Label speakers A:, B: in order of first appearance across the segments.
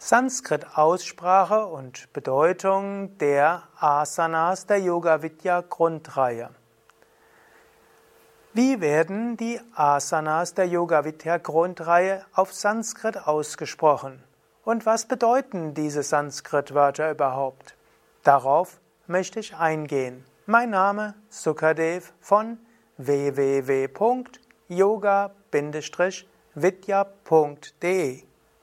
A: Sanskrit-Aussprache und Bedeutung der Asanas der Yoga-Vidya-Grundreihe. Wie werden die Asanas der Yoga-Vidya-Grundreihe auf Sanskrit ausgesprochen? Und was bedeuten diese Sanskrit-Wörter überhaupt? Darauf möchte ich eingehen. Mein Name Sukadev von www.yoga-vidya.de.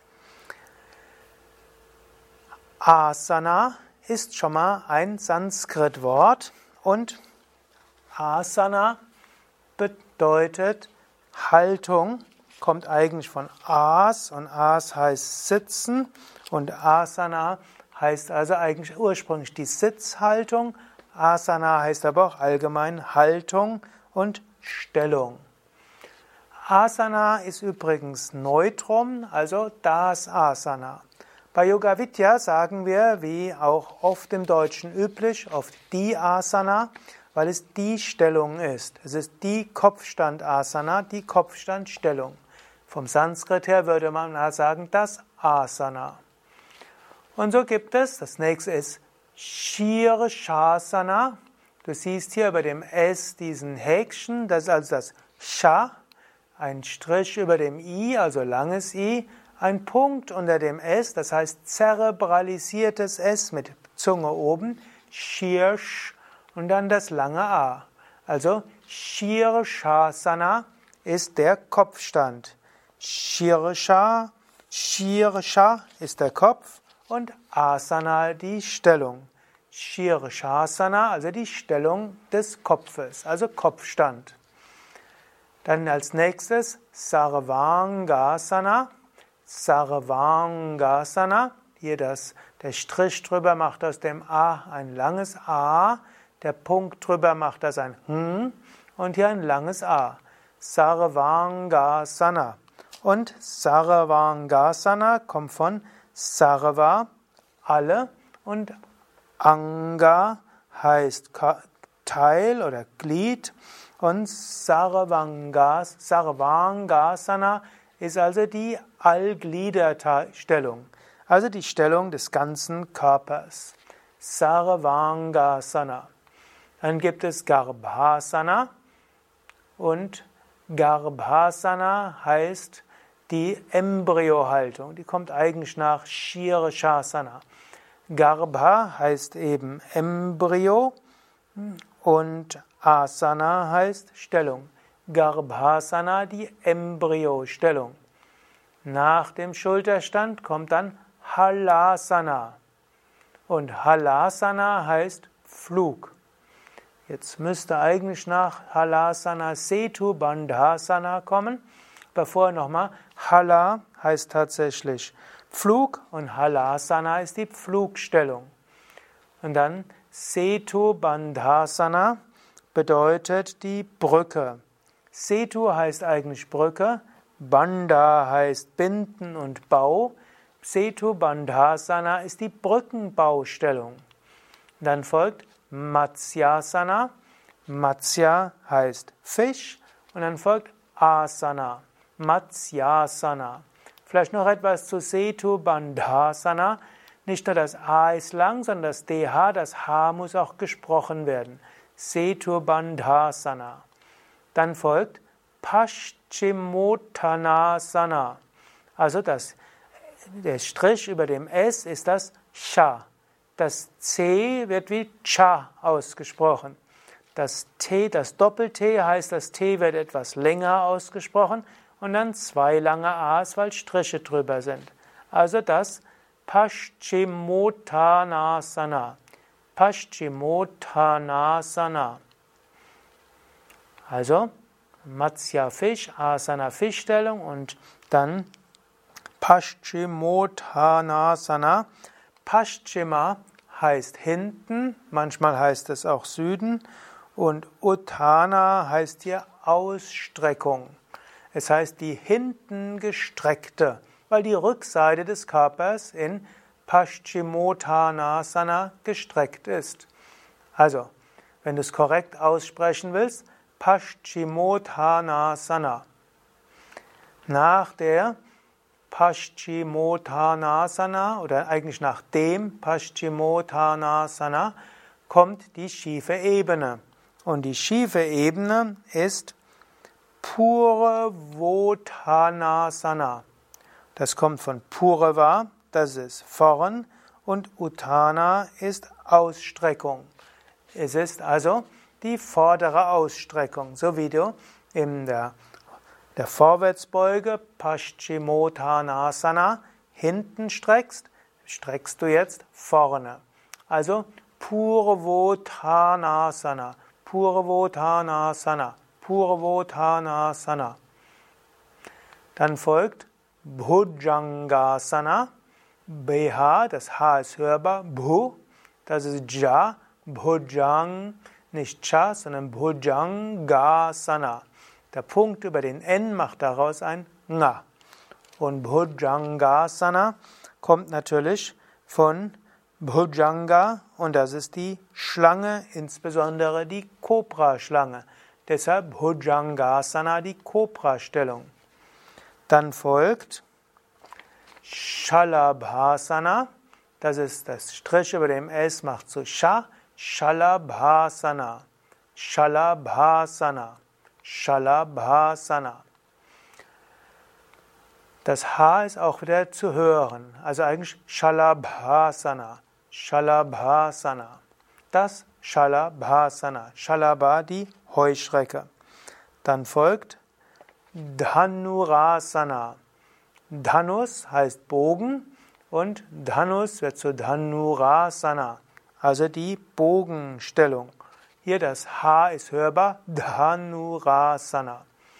A: Asana ist schon mal ein Sanskrit-Wort und Asana bedeutet Haltung, kommt eigentlich von As und As heißt sitzen und Asana heißt also eigentlich ursprünglich die Sitzhaltung. Asana heißt aber auch allgemein Haltung und Stellung. Asana ist übrigens Neutrum, also das Asana. Bei Yoga Vidya sagen wir, wie auch oft im Deutschen üblich, oft die Asana, weil es die Stellung ist. Es ist die Kopfstand-Asana, die Kopfstandstellung. Vom Sanskrit her würde man sagen, das Asana. Und so gibt es, das nächste ist Shirshasana. Du siehst hier über dem S diesen Häkchen, das ist also das Sha, ein Strich über dem I, also langes I, ein Punkt unter dem S, das heißt zerebralisiertes S mit Zunge oben, Shirsh und dann das lange A. Also Shirshasana ist der Kopfstand. Shirsha ist der Kopf und Asana die Stellung. Shirshasana, also die Stellung des Kopfes, also Kopfstand. Dann als nächstes Sarvangasana. Sarvangasana, hier der Strich drüber macht aus dem A ein langes A, der Punkt drüber macht das ein und hier ein langes A. Sarvangasana. Und Sarvangasana kommt von Sarva, alle, und Anga heißt Teil oder Glied und Sarvangasana ist also die Allgliederstellung, also die Stellung des ganzen Körpers. Sarvangasana. Dann gibt es Garbhasana und Garbhasana heißt die Embryohaltung. Die kommt eigentlich nach Shirshasana. Garbha heißt eben Embryo und Asana heißt Stellung. Garbhasana, die Embryostellung. Nach dem Schulterstand kommt dann Halasana. Und Halasana heißt Flug. Jetzt müsste eigentlich nach Halasana Setu Bandhasana kommen. Bevor nochmal, Hala heißt tatsächlich Flug und Halasana ist die Flugstellung. Und dann Setu Bandhasana bedeutet die Brücke. Setu heißt eigentlich Brücke, Bandha heißt Binden und Bau. Setu Bandhasana ist die Brückenbaustellung. Dann folgt Matsyasana. Matsya heißt Fisch und dann folgt Asana. Matsyasana. Vielleicht noch etwas zu Setu Bandhasana. Nicht nur das A ist lang, sondern das DH, das H muss auch gesprochen werden. Setu Bandhasana. Dann folgt Paschimottanasana. Also der Strich über dem S ist das Sha. Das C wird wie Cha ausgesprochen. Das T, das Doppel-T heißt, das T wird etwas länger ausgesprochen und dann zwei lange A's, weil Striche drüber sind. Also das Paschimottanasana. Paschimottanasana. Also Matsya Fisch, Asana Fischstellung und dann Paschimottanasana. Paschima heißt hinten, manchmal heißt es auch Süden und Uttana heißt hier Ausstreckung. Es heißt die hinten gestreckte, weil die Rückseite des Körpers in Paschimottanasana gestreckt ist. Also, wenn du es korrekt aussprechen willst, Paschimottanasana. Nach der Paschimottanasana oder eigentlich nach dem Paschimottanasana kommt die schiefe Ebene. Und die schiefe Ebene ist Purvottanasana. Das kommt von Purva, das ist vorn, und Uttana ist Ausstreckung. Es ist also die vordere Ausstreckung, so wie du in der Vorwärtsbeuge Paschimottanasana hinten streckst, streckst du jetzt vorne. Also Purvottanasana, Purvottanasana, Purvottanasana. Dann folgt Bhujangasana, BH, das H ist hörbar, Bhu, das ist Ja, Bhujang, nicht Cha, sondern Bhujangasana. Der Punkt über den N macht daraus ein Nga. Und Bhujangasana kommt natürlich von Bhujanga und das ist die Schlange, insbesondere die Kobra-Schlange. Deshalb Bhujangasana, die Kobra-Stellung. Dann folgt Shalabhasana, das ist das Strich über dem S, macht so Sha, Shalabhasana, Shalabhasana, Shalabhasana. Das H ist auch wieder zu hören, also eigentlich Shalabhasana, Shalabhasana. Das Shalabhasana, Shalabha, die Heuschrecke. Dann folgt Dhanurasana. Dhanus heißt Bogen und Dhanus wird zu Dhanurasana, also die Bogenstellung. Hier das H ist hörbar, Dhanurasana.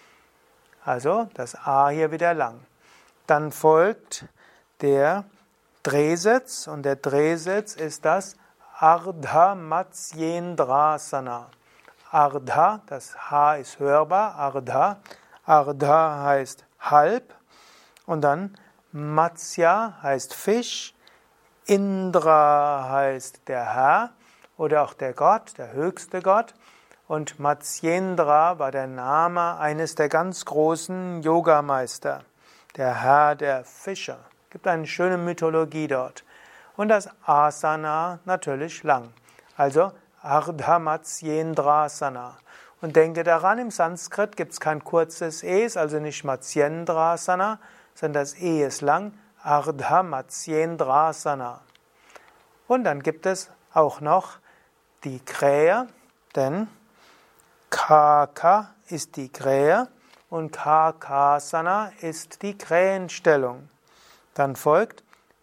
A: Also das A hier wieder lang. Dann folgt der Drehsitz und der Drehsitz ist das Ardha Matsyendrasana. Ardha, das H ist hörbar, Ardha. Ardha heißt halb und dann Matsya heißt Fisch, Indra heißt der Herr oder auch der Gott, der höchste Gott. Und Matsyendra war der Name eines der ganz großen Yogameister, der Herr der Fische. Es gibt eine schöne Mythologie dort. Und das Asana natürlich lang. Also Ardha Matsyendrasana. Und denke daran, im Sanskrit gibt es kein kurzes E, also nicht Matsyendrasana, sondern das E ist lang, Ardha Matsyendrasana. Und dann gibt es auch noch die Krähe, denn Kaka ist die Krähe und Kakasana ist die Krähenstellung. Dann folgt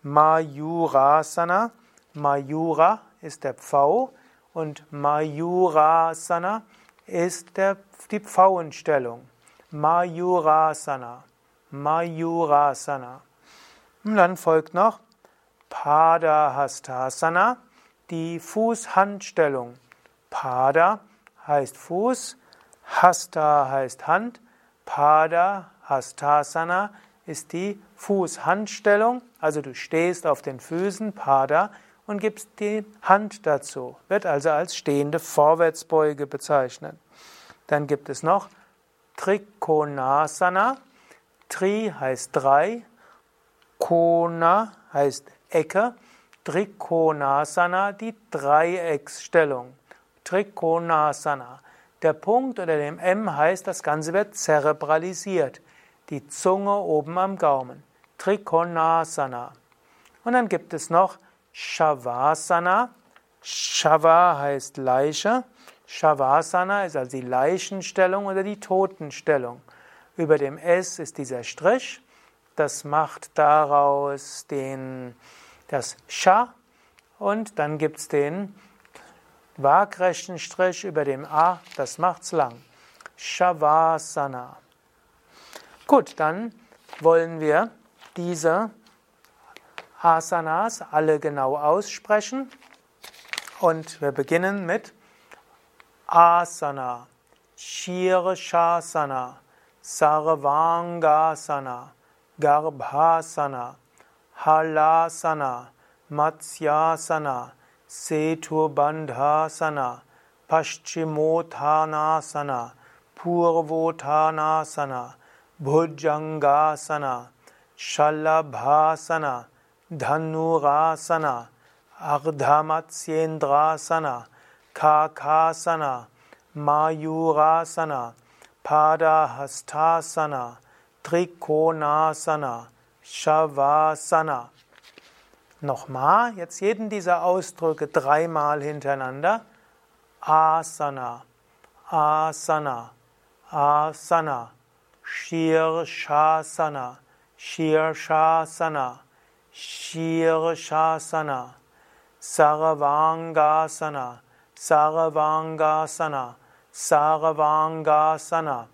A: Mayurasana. Mayura ist der Pfau und Mayurasana ist die Pfauenstellung. Mayurasana. Mayurasana. Und dann folgt noch Padahastasana, die Fuß-Hand-Stellung. Pada heißt Fuß, Hasta heißt Hand, Padahastasana ist die Fuß-Hand-Stellung, also du stehst auf den Füßen, Pada, und gibst die Hand dazu. Wird also als stehende Vorwärtsbeuge bezeichnet. Dann gibt es noch Trikonasana. Tri heißt drei, Kona heißt Ecke, Trikonasana, die Dreiecksstellung. Trikonasana. Der Punkt unter dem M heißt, das Ganze wird zerebralisiert. Die Zunge oben am Gaumen. Trikonasana. Und dann gibt es noch Shavasana. Shava heißt Leiche. Shavasana ist also die Leichenstellung oder die Totenstellung. Über dem S ist dieser Strich. Das macht daraus das Sha. Und dann gibt es den waagrechten Strich über dem A. Das macht's lang. Shavasana. Gut, dann wollen wir diese Asanas alle genau aussprechen. Und wir beginnen mit Asana, Shirshasana, Sarvangasana, Garbhasana, Halasana, Matsyasana, Setubandhasana, Paschimottanasana, Purvottanasana, Bhujangasana, Shalabhasana, Dhanurasana, Ardha Matsyendrasana, Kakasana, Mayurasana, Padahastasana, Trikonasana, Shavasana. Nochmal, jetzt jeden dieser Ausdrücke dreimal hintereinander. Asana, Asana, Asana, Shirshasana, Shirshasana, Shirshasana, Sarvangasana, Sarvangasana, Sarvangasana,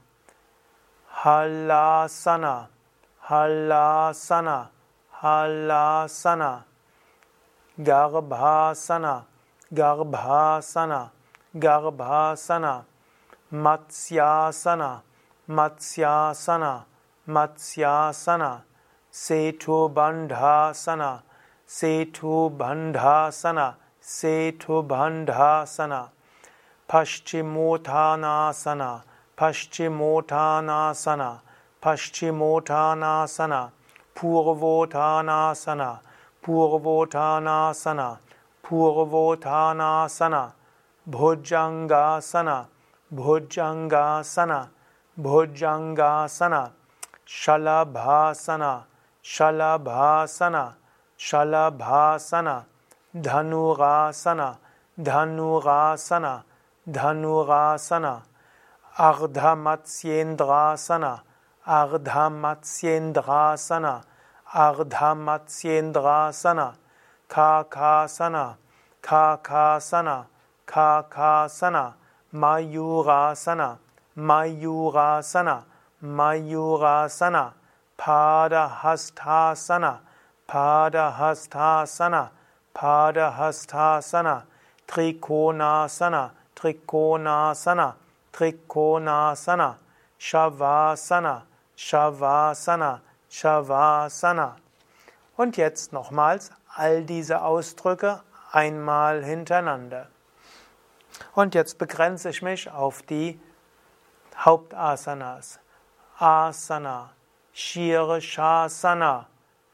A: Halasana, Halasana, Halasana, Garbhasana, Garbhasana, Garbhasana, Matsyasana, Matsyasana, Matsyasana, Setubandhasana, Setubandhasana, Setubandhasana, Paschimottanasana, Paschimottanasana, Paschimottanasana, Purvottanasana, Purvottanasana, Purvottanasana, Bhujangasana, Bhujangasana, Bhujangasana, Shalabhasana, Shalabhasana, Shalabhasana, Dhanurasana, Dhanurasana, Dhanurasana, Ardha Matsyendrasana, Ardha Matsyendrasana, Ardha Matsyendrasana, Kakasana, Kakasana, Kakasana, Mayurasana, Mayurasana, Mayurasana, Padahastasana, Padahastasana, Padahastasana, Trikonasana, Trikonasana, Trikonasana, Shavasana, Shavasana, Shavasana. Und jetzt nochmals all diese Ausdrücke einmal hintereinander. Und jetzt begrenze ich mich auf die Hauptasanas. Asana, Shirshasana,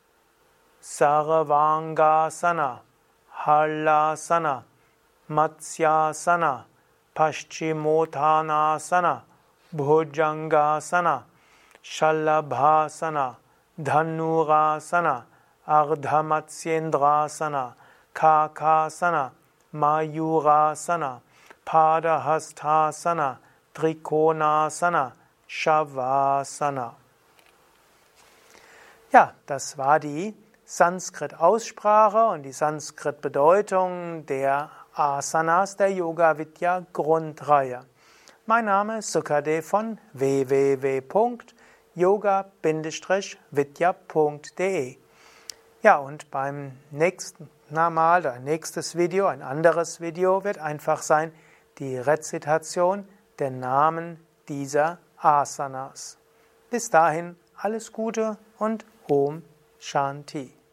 A: Sarvangasana, Halasana, Matsyasana, Paschimottanasana, Bhujangasana, Shalabhasana, Dhanurasana, Ardha Matsyendrasana, Kakasana, Mayurasana, Padahastasana, Trikonasana, Shavasana. Ja, das war die Sanskrit-Aussprache und die Sanskrit-Bedeutung der Asanas der Yoga-Vidya Grundreihe. Mein Name ist Sukadev von www.yoga-vidya.de. Ja, und beim nächsten Mal, ein nächstes Video, ein anderes Video wird einfach sein, die Rezitation der Namen dieser Asanas. Bis dahin alles Gute und Om Shanti.